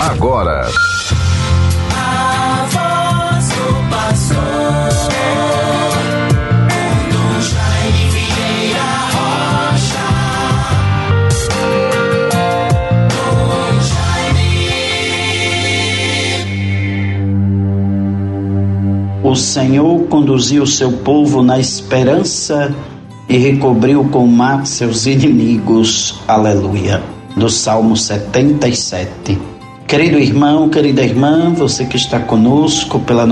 agora. A voz do pastor, Dom Jaime Vieira Rocha. Dom Jaime. O Senhor conduziu seu povo na esperança e recobriu com o mar seus inimigos. Aleluia. Do Salmo 77. Querido irmão, querida irmã, você que está conosco pela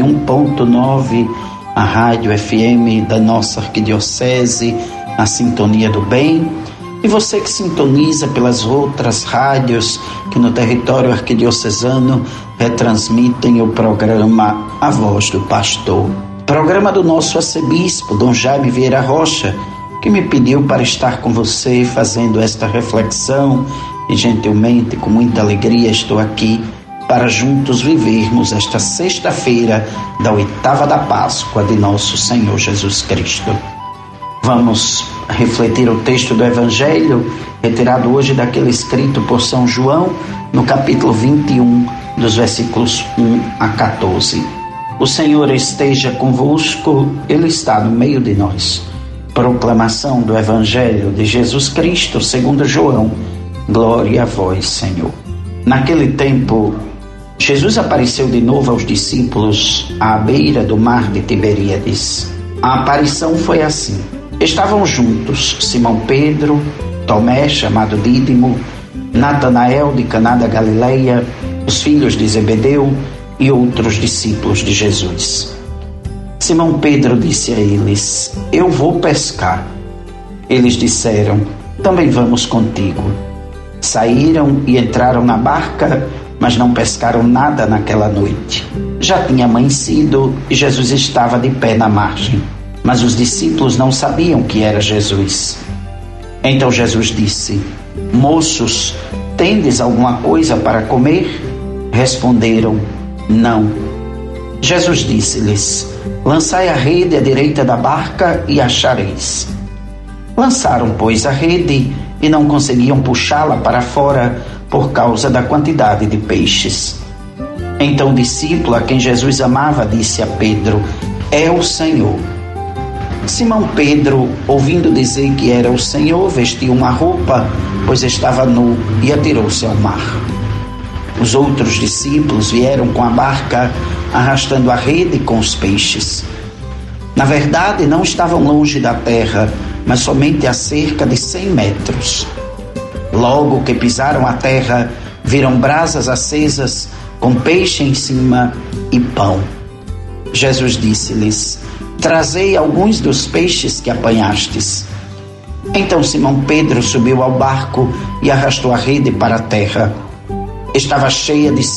91.9, a Rádio FM da nossa arquidiocese, a Sintonia do Bem, e você que sintoniza pelas outras rádios que no território arquidiocesano retransmitem o programa A Voz do Pastor. Programa do nosso arcebispo, Dom Jaime Vieira Rocha, que me pediu para estar com você fazendo esta reflexão e gentilmente, com muita alegria, estou aqui para juntos vivermos esta sexta-feira da 8ª da Páscoa de nosso Senhor Jesus Cristo. Vamos refletir o texto do Evangelho retirado hoje daquele escrito por São João no capítulo 21, dos versículos 1 a 14. O Senhor esteja convosco, Ele está no meio de nós. Proclamação do Evangelho de Jesus Cristo segundo João. Glória a vós, Senhor. Naquele tempo, Jesus apareceu de novo aos discípulos à beira do mar de Tiberíades. A aparição foi assim. Estavam juntos Simão Pedro, Tomé, chamado Dídimo, Natanael de Caná da Galileia, os filhos de Zebedeu e outros discípulos de Jesus. Simão Pedro disse a eles: Eu vou pescar. Eles disseram: Também vamos contigo. Saíram e entraram na barca, mas não pescaram nada naquela noite. Já tinha amanhecido e Jesus estava de pé na margem, mas os discípulos não sabiam que era Jesus. Então Jesus disse: Moços, tendes alguma coisa para comer? Responderam: Não. Jesus disse-lhes: Lançai a rede à direita da barca e achareis. Lançaram, pois, a rede e não conseguiam puxá-la para fora por causa da quantidade de peixes. Então o discípulo a quem Jesus amava disse a Pedro: É o Senhor. Simão Pedro, ouvindo dizer que era o Senhor, vestiu uma roupa, pois estava nu, e atirou-se ao mar. Os outros discípulos vieram com a barca, arrastando a rede com os peixes. Na verdade, não estavam longe da terra, mas somente a cerca de 100 metros. Logo que pisaram a terra, viram brasas acesas, com peixe em cima e pão. Jesus disse-lhes: Trazei alguns dos peixes que apanhastes. Então Simão Pedro subiu ao barco e arrastou a rede para a terra. Estava cheia de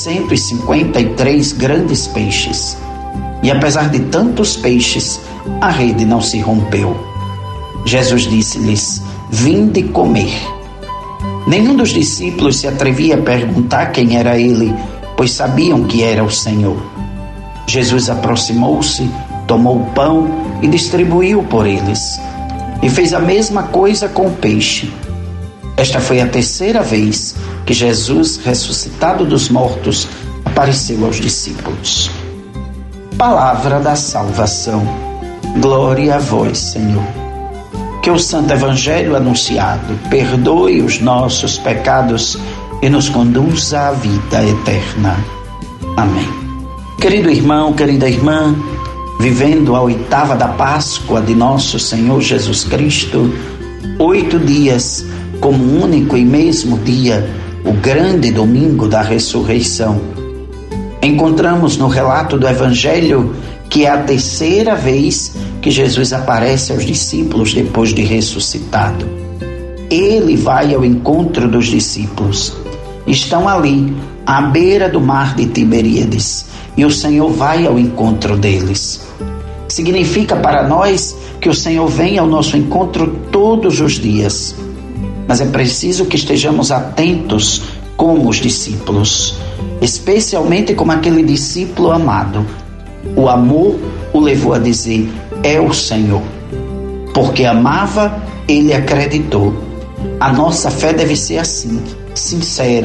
153 grandes peixes. E apesar de tantos peixes, a rede não se rompeu. Jesus disse-lhes: Vinde comer. Nenhum dos discípulos se atrevia a perguntar quem era ele, pois sabiam que era o Senhor. Jesus aproximou-se, tomou o pão e distribuiu por eles. E fez a mesma coisa com o peixe. Esta foi a terceira vez que Jesus, ressuscitado dos mortos, apareceu aos discípulos. Palavra da salvação. Glória a vós, Senhor. Que o Santo Evangelho anunciado perdoe os nossos pecados e nos conduza à vida eterna. Amém. Querido irmão, querida irmã, vivendo a 8ª da Páscoa de nosso Senhor Jesus Cristo, 8 dias como único e mesmo dia, o grande domingo da ressurreição. Encontramos no relato do Evangelho que é a terceira vez que Jesus aparece aos discípulos depois de ressuscitado. Ele vai ao encontro dos discípulos. Estão ali, à beira do mar de Tiberíades, e o Senhor vai ao encontro deles. Significa para nós que o Senhor vem ao nosso encontro todos os dias. Mas é preciso que estejamos atentos como os discípulos, especialmente como aquele discípulo amado. O amor o levou a dizer: é o Senhor. Porque amava, ele acreditou. A nossa fé deve ser assim, sincera,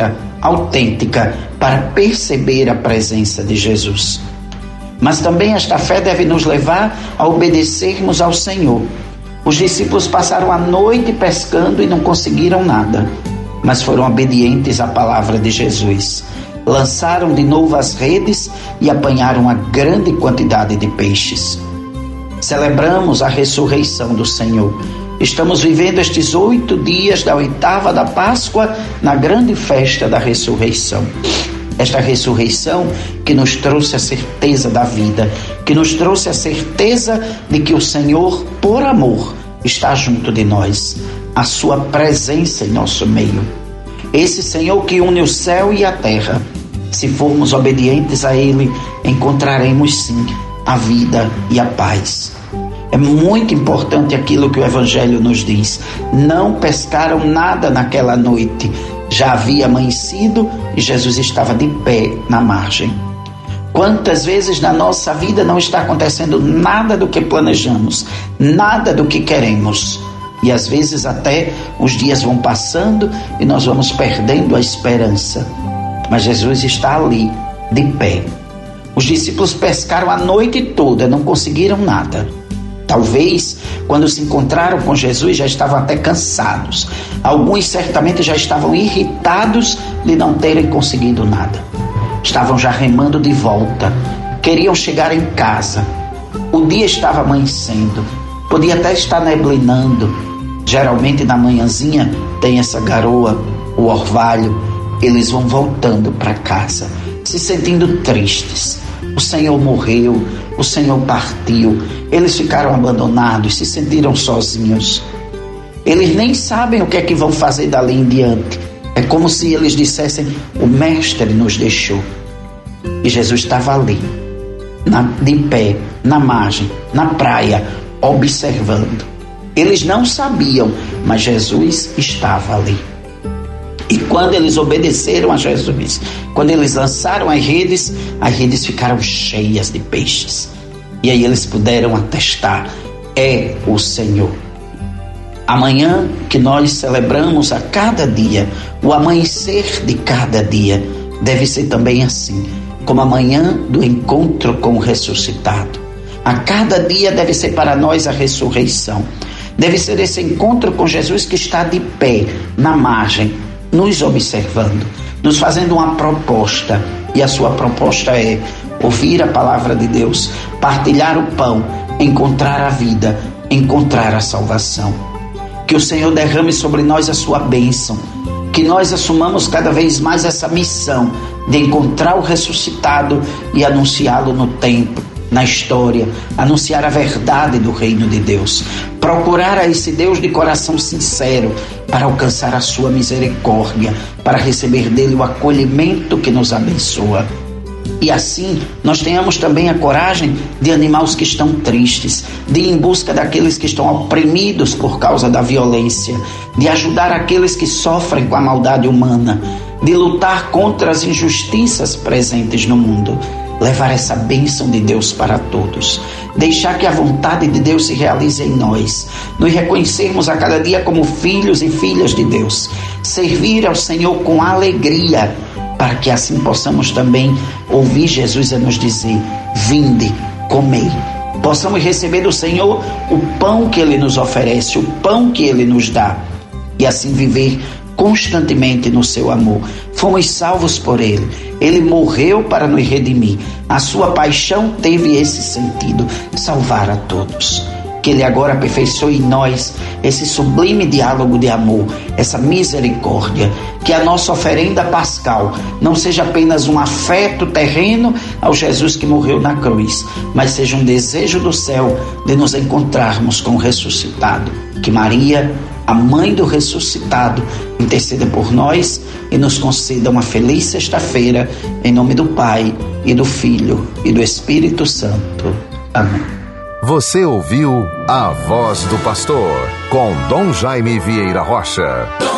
autêntica para perceber a presença de Jesus. Mas também esta fé deve nos levar a obedecermos ao Senhor. Os discípulos passaram a noite pescando e não conseguiram nada, mas foram obedientes à palavra de Jesus. Lançaram de novo as redes e apanharam uma grande quantidade de peixes. Celebramos a ressurreição do Senhor. Estamos vivendo estes 8 dias da oitava da Páscoa na grande festa da ressurreição. Esta ressurreição que nos trouxe a certeza da vida, que nos trouxe a certeza de que o Senhor, por amor, está junto de nós, a sua presença em nosso meio. Esse Senhor que une o céu e a terra. Se formos obedientes a Ele, encontraremos sim a vida e a paz. É muito importante aquilo que o Evangelho nos diz. Não pescaram nada naquela noite. Já havia amanhecido e Jesus estava de pé na margem. Quantas vezes na nossa vida não está acontecendo nada do que planejamos, nada do que queremos. E às vezes até os dias vão passando e nós vamos perdendo a esperança. Mas Jesus está ali, de pé. Os discípulos pescaram a noite toda, não conseguiram nada. Talvez, quando se encontraram com Jesus, já estavam até cansados. Alguns certamente já estavam irritados de não terem conseguido nada. Estavam já remando de volta. Queriam chegar em casa. O dia estava amanhecendo. Podia até estar neblinando. Geralmente na manhãzinha tem essa garoa, o orvalho. Eles vão voltando para casa, se sentindo tristes. O Senhor morreu, o Senhor partiu. Eles ficaram abandonados, se sentiram sozinhos. Eles nem sabem o que é que vão fazer dali em diante. É como se eles dissessem: o Mestre nos deixou. E Jesus estava ali, de pé, na margem, na praia, observando. Eles não sabiam, mas Jesus estava ali. E quando eles obedeceram a Jesus, quando eles lançaram as redes ficaram cheias de peixes. E aí eles puderam atestar: é o Senhor. Amanhã que nós celebramos a cada dia, o amanhecer de cada dia, deve ser também assim, como a manhã do encontro com o ressuscitado. A cada dia deve ser para nós a ressurreição. Deve ser esse encontro com Jesus que está de pé, na margem, nos observando, nos fazendo uma proposta. E a sua proposta é ouvir a palavra de Deus, partilhar o pão, encontrar a vida, encontrar a salvação. Que o Senhor derrame sobre nós a sua bênção, que nós assumamos cada vez mais essa missão de encontrar o ressuscitado e anunciá-lo no tempo, na história, anunciar a verdade do reino de Deus, procurar a esse Deus de coração sincero para alcançar a sua misericórdia, para receber dele o acolhimento que nos abençoa. E assim nós tenhamos também a coragem de animar os que estão tristes, de ir em busca daqueles que estão oprimidos por causa da violência, de ajudar aqueles que sofrem com a maldade humana, de lutar contra as injustiças presentes no mundo. Levar essa bênção de Deus para todos, deixar que a vontade de Deus se realize em nós, nos reconhecermos a cada dia como filhos e filhas de Deus, servir ao Senhor com alegria, para que assim possamos também ouvir Jesus a nos dizer: vinde, comei. Possamos receber do Senhor o pão que Ele nos oferece, o pão que Ele nos dá, e assim viver constantemente no seu amor. Fomos salvos por Ele. Ele morreu para nos redimir. A sua paixão teve esse sentido: salvar a todos. Que Ele agora aperfeiçoe em nós esse sublime diálogo de amor, essa misericórdia. Que a nossa oferenda pascal não seja apenas um afeto terreno ao Jesus que morreu na cruz, mas seja um desejo do céu de nos encontrarmos com o ressuscitado. Que Maria, a mãe do ressuscitado, interceda por nós e nos conceda uma feliz sexta-feira, em nome do Pai, e do Filho, e do Espírito Santo. Amém. Você ouviu A Voz do Pastor, com Dom Jaime Vieira Rocha.